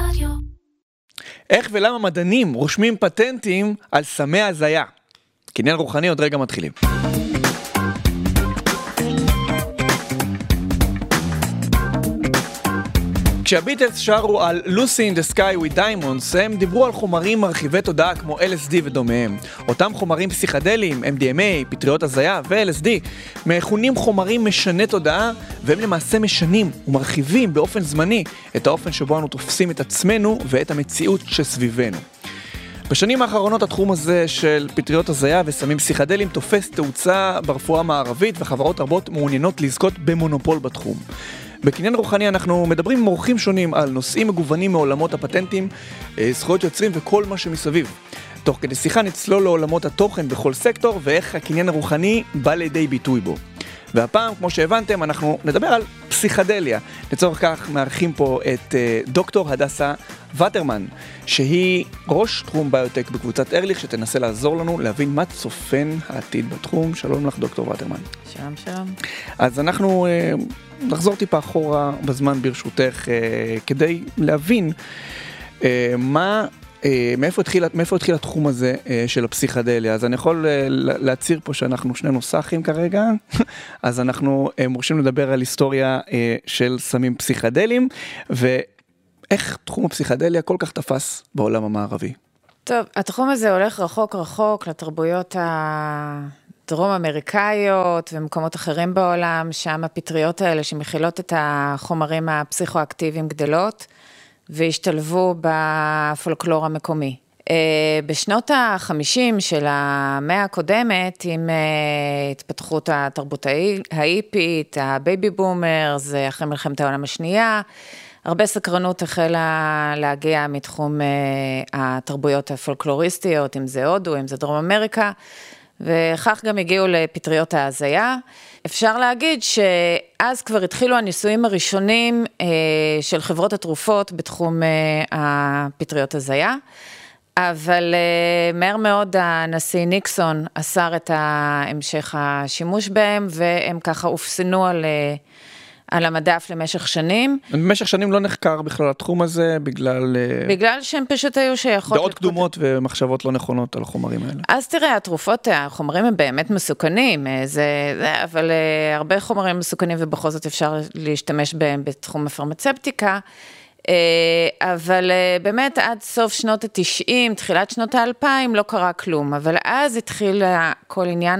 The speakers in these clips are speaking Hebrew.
איך ולמה מדענים רושמים פטנטים על סמי הזיה? קניין רוחני, עוד רגע מתחילים. כשהביטלס שרו על Lucy in the Sky with Diamonds, הם דיברו על חומרים מרחיבי תודעה כמו LSD ודומיהם. אותם חומרים פסיכדליים, MDMA, פטריות הזיה ו-LSD, מכונים חומרים משני תודעה, והם למעשה משנים ומרחיבים באופן זמני את האופן שבו אנו תופסים את עצמנו ואת המציאות שסביבנו. בשנים האחרונות התחום הזה של פטריות הזיה וסמים פסיכדליים תופס תאוצה ברפואה המערבית, וחברות רבות מעוניינות לזכות במונופול בתחום. בקניין רוחני אנחנו מדברים עם אורחים שונים על נושאים מגוונים מעולמות הפטנטים, זכויות יוצרים וכל מה שמסביב. תוך כדי שיחה נצלול לעולמות התוכן בכל סקטור ואיך הקניין הרוחני בא לידי ביטוי בו. והפעם, כמו שהבנתם, אנחנו נדבר על פסיכדליה. לצורך כך מארחים פה את דוקטור הדסה וטרמן, שהיא ראש תחום ביוטק בקבוצת ארליך, שתנסה לעזור לנו להבין מה צופן העתיד בתחום. שלום לך, דוקטור וטרמן. שלום, שלום. אז אנחנו נחזור טיפה אחורה בזמן ברשותך, כדי להבין מאיפה התחיל התחום הזה של הפסיכדליה. אז אני יכול להצהיר פה שאנחנו שנינו סאחים כרגע, אז אנחנו מורשים לדבר על היסטוריה של סמים פסיכדליים, ואיך תחום הפסיכדליה כל כך תפס בעולם המערבי. טוב, התחום הזה הולך רחוק רחוק לתרבויות הדרום אמריקאיות ומקומות אחרים בעולם, שם הפטריות האלה שמכילות את החומרים הפסיכואקטיביים גדלות, והשתלבו בפולקלור המקומי. בשנות ה-50 של המאה הקודמת, עם התפתחות התרבות ההיפית, הבייבי בומר, זה אחרי מלחמת העולם השנייה, הרבה סקרנות החלה להגיע מתחום התרבויות הפולקלוריסטיות, אם זה הודו, אם זה דרום אמריקה, וכך גם הגיעו לפטריות ההזיה. אפשר להגיד שאז כבר התחילו הניסויים הראשונים של חברות התרופות בתחום הפטריות הזיה, אבל מהר מאוד הנשיא ניקסון אסר את המשך השימוש בהם, והם ככה הופסנו על המדף למשך שנים. במשך שנים לא נחקר בכלל התחום הזה, בגלל שהם פשוט היו שייכות דעות קדומות ומחשבות לא נכונות על החומרים האלה. אז תראה, התרופות, החומרים הם באמת מסוכנים, אבל הרבה חומרים מסוכנים ובכל זאת אפשר להשתמש בהם בתחום הפרמצפטיקה, אבל באמת עד סוף שנות ה-90, תחילת שנות ה-2000 לא קרה כלום, אבל אז התחיל כל עניין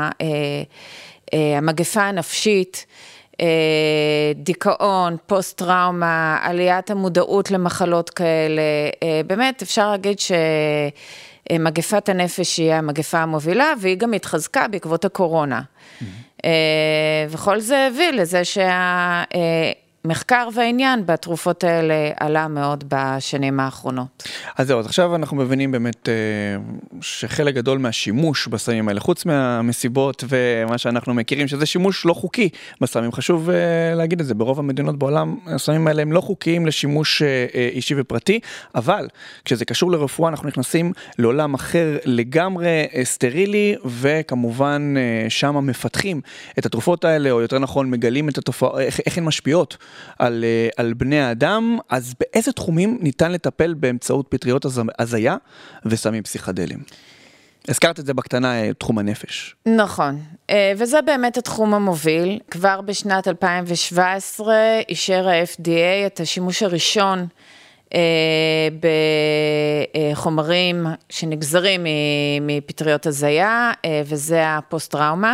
המגפה הנפשית, דיכאון, פוסט-טראומה, עליית המודעות למחלות כאלה, באמת אפשר להגיד שמגפת הנפש היא המגפה המובילה, והיא גם התחזקה בעקבות הקורונה. וכל זה הביא לזה מחקר והעניין בתרופות האלה עלה מאוד בשנים האחרונות. אז זהו, אז עכשיו אנחנו מבינים באמת שחלק גדול מהשימוש בסמים האלה, חוץ מהמסיבות ומה שאנחנו מכירים, שזה שימוש לא חוקי בסמים. חשוב להגיד את זה, ברוב המדינות בעולם, הסמים האלה הם לא חוקיים לשימוש אישי ופרטי, אבל כשזה קשור לרפואה, אנחנו נכנסים לעולם אחר לגמרי סטרילי, וכמובן שם מפתחים את התרופות האלה, או יותר נכון מגלים את התופעה, איך הן משפיעות על בני האדם. אז באיזה תחומים ניתן לטפל באמצעות פטריות הזיה וסמים פסיכדליים? הזכרת את זה בקטנה, תחום הנפש. נכון, וזה באמת התחום המוביל. כבר בשנת 2017 אישר ה-FDA את השימוש הראשון בחומרים שנגזרים מפטריות הזיה, וזה הפוסט-טראומה.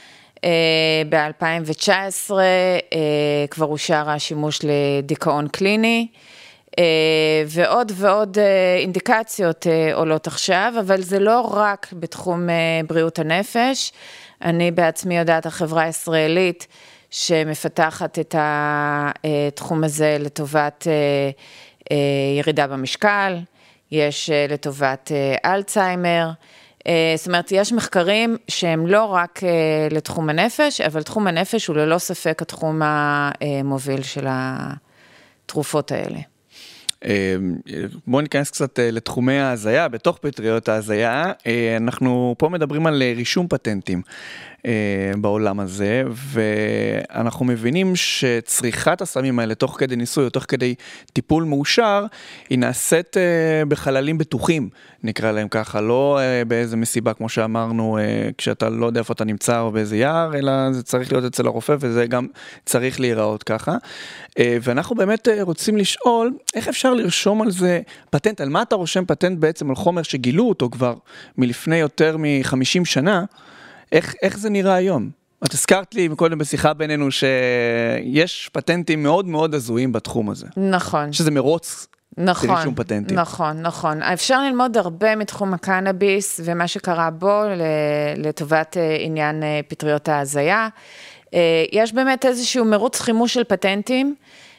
ב-2019 כבר אושר השימוש לדיכאון קליני, ועוד ועוד אינדיקציות עולות עכשיו, אבל זה לא רק בתחום בריאות הנפש. אני בעצמי יודעת החברה הישראלית שמפתחת את התחום הזה לטובת ירידה במשקל, יש לטובת אלצהיימר, זאת אומרת, יש מחקרים שהם לא רק לתחום הנפש, אבל תחום הנפש הוא ללא ספק התחום המוביל של התרופות האלה. בואו ניכנס קצת לתחומי ההזיה, בתוך פטריות ההזיה, אנחנו פה מדברים על רישום פטנטים בעולם הזה, ואנחנו מבינים שצריכת הסמים האלה תוך כדי ניסוי או תוך כדי טיפול מאושר, היא נעשית בחללים בטוחים, נקרא להם ככה, לא באיזה מסיבה כמו שאמרנו, כשאתה לא יודע איפה אתה נמצא או באיזה יער, אלא זה צריך להיות אצל הרופא וזה גם צריך להיראות ככה. ואנחנו באמת רוצים לשאול, איך אפשר לרשום על זה פטנט? על מה אתה רושם פטנט בעצם על חומר שגילו אותו כבר מלפני יותר מ-50 שנה? איך זה נראה היום? את הזכרת לי מקודם בשיחה בינינו שיש פטנטים מאוד מאוד הזויים בתחום הזה. נכון. שזה מרוץ לרישום פטנטים. נכון. אפשר ללמוד הרבה מתחום הקנאביס ומה שקרה בו לטובת עניין פטריות ההזיה. יש באמת איזשהו מרוץ חימוש של פטנטים,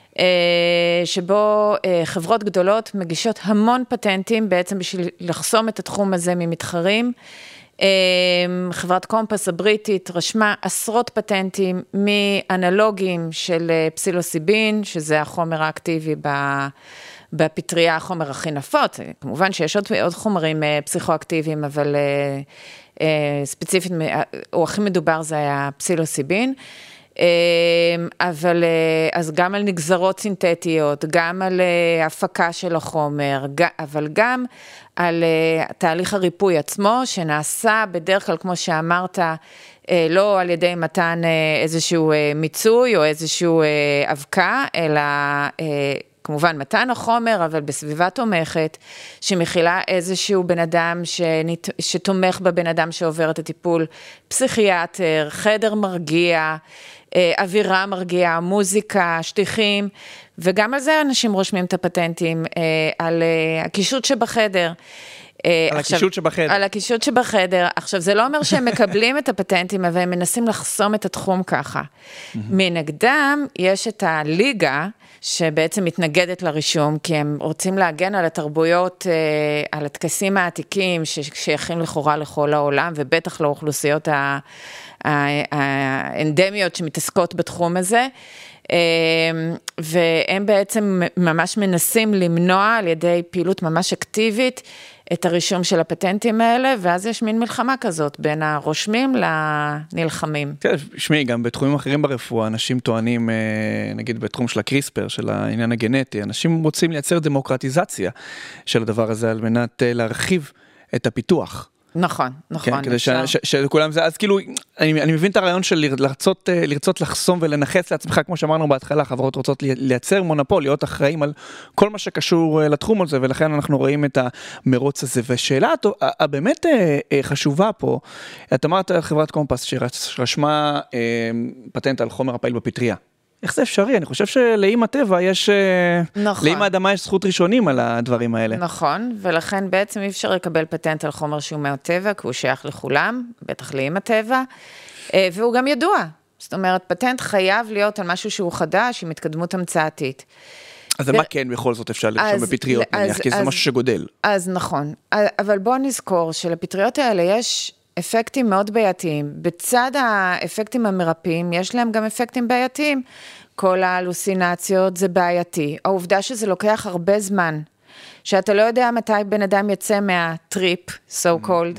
שבו חברות גדולות מגישות המון פטנטים בעצם בשביל לחסום את התחום הזה ממתחרים. חברת קומפס הבריטית רשמה עשרות פטנטים מאנלוגים של פסילוסיבין, שזה החומר האקטיבי בפטריה, החומר הכי נפוץ. כמובן שיש עוד חומרים פסיכואקטיביים, אבל ספציפית, או הכי מדובר זה היה פסילוסיבין. אבל אז גם על נגזרות סינתטיות, גם על הפקה של החומר, אבל גם על תהליך הריפוי עצמו, שנעשה בדרך כלל, כמו שאמרת, לא על ידי מתן איזשהו מיצוי או איזשהו אבקה, אלא כמובן מתן החומר, אבל בסביבה תומכת, שמכילה איזשהו בן אדם שתומך בבן אדם שעובר את הטיפול, פסיכיאטר, חדר מרגיע, אווירה מרגיעה, מוזיקה, שטיחים, וגם על זה אנשים רושמים את הפטנטים, על הקישוט שבחדר. על הקישוט שבחדר. על הקישוט שבחדר. עכשיו, זה לא אומר שהם מקבלים את הפטנטים, אבל הם מנסים לחסום את התחום ככה. מנגדם, יש את הליגה, שבעצם מתנגדת לרישום, כי הם רוצים להגן על התרבויות, על הטקסים העתיקים, ששייכים לכאורה לכל העולם, ובטח לאוכלוסיות האנדמיות שמתעסקות בתחום הזה, והם בעצם ממש מנסים למנוע על ידי פעילות ממש אקטיבית את הרישום של הפטנטים האלה, ואז יש מין מלחמה כזאת בין הרושמים לנלחמים. כן, שמי, גם בתחומים אחרים ברפואה, אנשים טוענים, נגיד בתחום של הקריספר, של העניין הגנטי, אנשים רוצים לייצר דמוקרטיזציה של הדבר הזה, על מנת להרחיב את הפיתוח. נכון. כן, כדי שכולם זה, אז כאילו, אני מבין את הרעיון של לרצות לחסום ולנחס לעצמך, כמו שאמרנו בהתחלה, חברות רוצות לייצר מונופול, להיות אחראים על כל מה שקשור לתחום הזה, ולכן אנחנו רואים את המרוץ הזה. ושאלה הבאמת חשובה פה, את אמרת חברת קומפס שרשמה פטנט על חומר הפעיל בפטריה. איך זה אפשרי? אני חושב שלאם הטבע יש, נכון. לאם האדמה יש זכות ראשונים על הדברים האלה. נכון, ולכן בעצם אי אפשר לקבל פטנט על חומר שהוא מהטבע, כי הוא שייך לכולם, בטח לאם הטבע, והוא גם ידוע. זאת אומרת, פטנט חייב להיות על משהו שהוא חדש, עם התקדמות המצאתית. אז מה כן בכל זאת אפשר לרשום בפטריות נניח, כי זה משהו שגודל. אז נכון, אבל בואו נזכור שלפטריות האלה יש אפקטים מאוד בעייתיים. בצד האפקטים המרפאים, יש להם גם אפקטים בעייתיים. כל ההלוסינציות זה בעייתי. העובדה שזה לוקח הרבה זמן, שאתה לא יודע מתי בן אדם יצא מהטריפ, so called.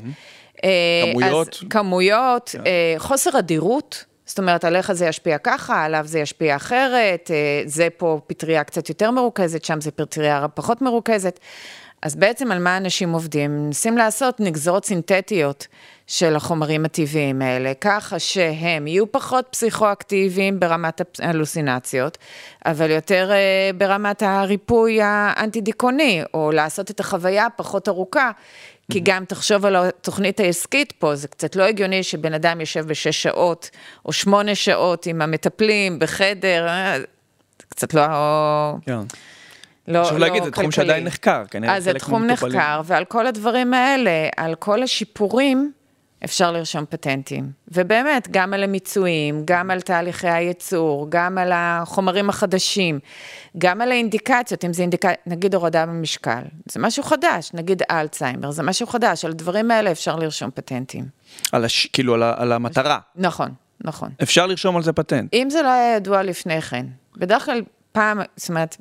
כמויות. כמויות, חוסר אדירות, זאת אומרת, עליך זה ישפיע ככה, עליו זה ישפיע אחרת, זה פה פטריה קצת יותר מרוכזת, שם זה פטריה פחות מרוכזת. אז בעצם על מה אנשים עובדים? מנסים לעשות נגזרות סינתטיות של החומרים הטבעיים האלה, ככה שהם יהיו פחות פסיכואקטיביים ברמת ההלוסינציות, אבל יותר ברמת הריפוי האנטי-דיכאוני, או לעשות את החוויה פחות ארוכה, כי גם תחשוב על התוכנית העסקית פה, זה קצת לא הגיוני שבן אדם יושב ב6 שעות, או 8 שעות עם המטפלים בחדר, קצת לא... כן. חשוב להגיד, זה תחום שעדיין נחקר. אז זה תחום נחקר, ועל כל הדברים האלה, על כל השיפורים, אפשר לרשום פטנטים. ובאמת, גם על המיצויים, גם על תהליכי הייצור, גם על החומרים החדשים, גם על האינדיקציות, אם זה נגיד הורדה במשקל, זה משהו חדש, נגיד אלצהיימר, זה משהו חדש, על הדברים האלה אפשר לרשום פטנטים. כאילו על המטרה. נכון. אפשר לרשום על זה פטנט. אם זה לא היה ידוע לפני כן, בדרך כלל פעם, זאת אומרת,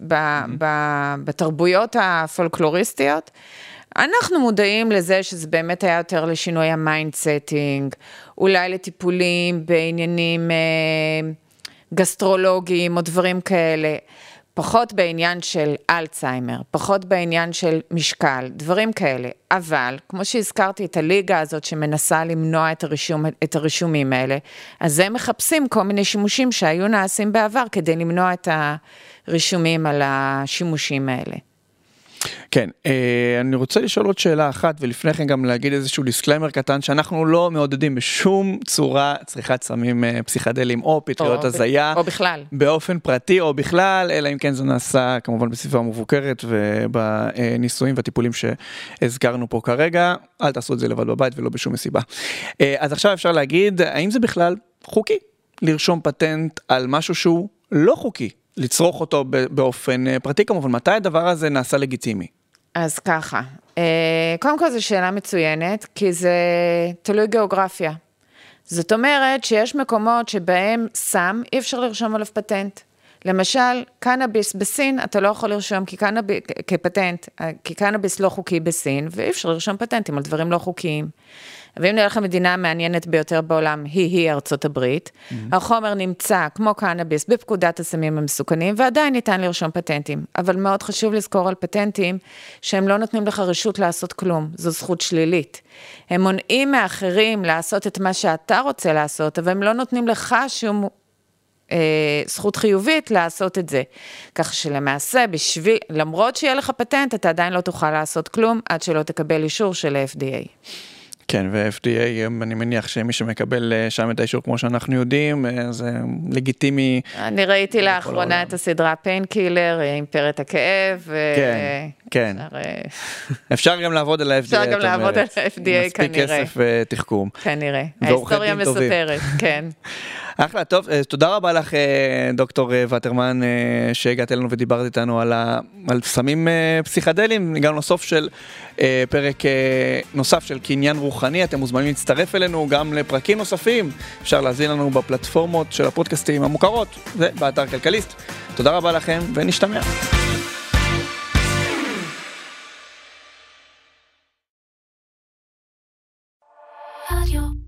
בתרבויות הפולקלוריסטיות, אנחנו מודעים לזה שזה באמת היה יותר לשינוי המיינדסטינג, אולי לטיפולים בעניינים גסטרולוגיים או דברים כאלה, פחות בעניין של אלצהיימר, פחות בעניין של משקל, דברים כאלה. אבל, כמו שהזכרתי את הליגה הזאת שמנסה למנוע את הרישומים האלה, אז הם מחפשים כל מיני שימושים שהיו נעשים בעבר כדי למנוע את הרישומים על השימושים האלה. כן, אני רוצה לשאול עוד שאלה אחת, ולפני כן גם להגיד איזשהו דיסקליימר קטן, שאנחנו לא מעודדים בשום צורה צריכת סמים פסיכדליים או פטריות הזיה. או בכלל. באופן פרטי או בכלל, אלא אם כן זה נעשה כמובן בסביבה מבוקרת, ובניסויים והטיפולים שהזכרנו פה כרגע, אל תעשו את זה לבד בבית ולא בשום מסיבה. אז עכשיו אפשר להגיד, האם זה בכלל חוקי לרשום פטנט על משהו שהוא לא חוקי? לצרוך אותו באופן פרטי כמובן, מתי הדבר הזה נעשה לגיטימי? אז ככה, קודם כל זו שאלה מצוינת, כי זה תלוי גיאוגרפיה. זאת אומרת שיש מקומות שבהם סם אי אפשר לרשום עליו פטנט. למשל, קנאביס בסין, אתה לא יכול לרשום כפטנט, כי קנאביס לא חוקי בסין, ואי אפשר לרשום פטנטים על דברים לא חוקיים. ואם נלך למדינה המעניינת ביותר בעולם, היא ארצות הברית, החומר נמצא כמו קנאביס בפקודת הסמים המסוכנים, ועדיין ניתן לרשום פטנטים. אבל מאוד חשוב לזכור על פטנטים, שהם לא נותנים לך רשות לעשות כלום, זו זכות שלילית. הם מונעים מאחרים לעשות את מה שאתה רוצה לעשות, אבל הם לא נותנים לך שום זכות חיובית לעשות את זה. כך שלמעשה, למרות שיהיה לך פטנט, אתה עדיין לא תוכל לעשות כלום, עד שלא תקבל אישור של ה-FDA. כן, ו-FDA, אני מניח שמי שמקבל שם את האישור כמו שאנחנו יודעים, זה לגיטימי. אני ראיתי לאחרונה את הסדרה Painkiller, אימפריית הכאב. כן, כן. אפשר גם לעבוד על ה-FDA. אפשר גם לעבוד על ה-FDA, כנראה. מספיק כסף ותחכום. כנראה. ההיסטוריה מסופרת, כן. אחלה, טוב, תודה רבה לך, דוקטור וטרמן, שהגעת אלינו ודיברת איתנו על סמים פסיכדליים. הגענו לסוף של פרק נוסף של קניין רוחני. אתם מוזמנים להצטרף אלינו גם לפרקים נוספים. אפשר להזין לנו בפלטפורמות של הפודקאסטים המוכרות ובאתר כלכליסט. תודה רבה לכם ונשתמע. רדיו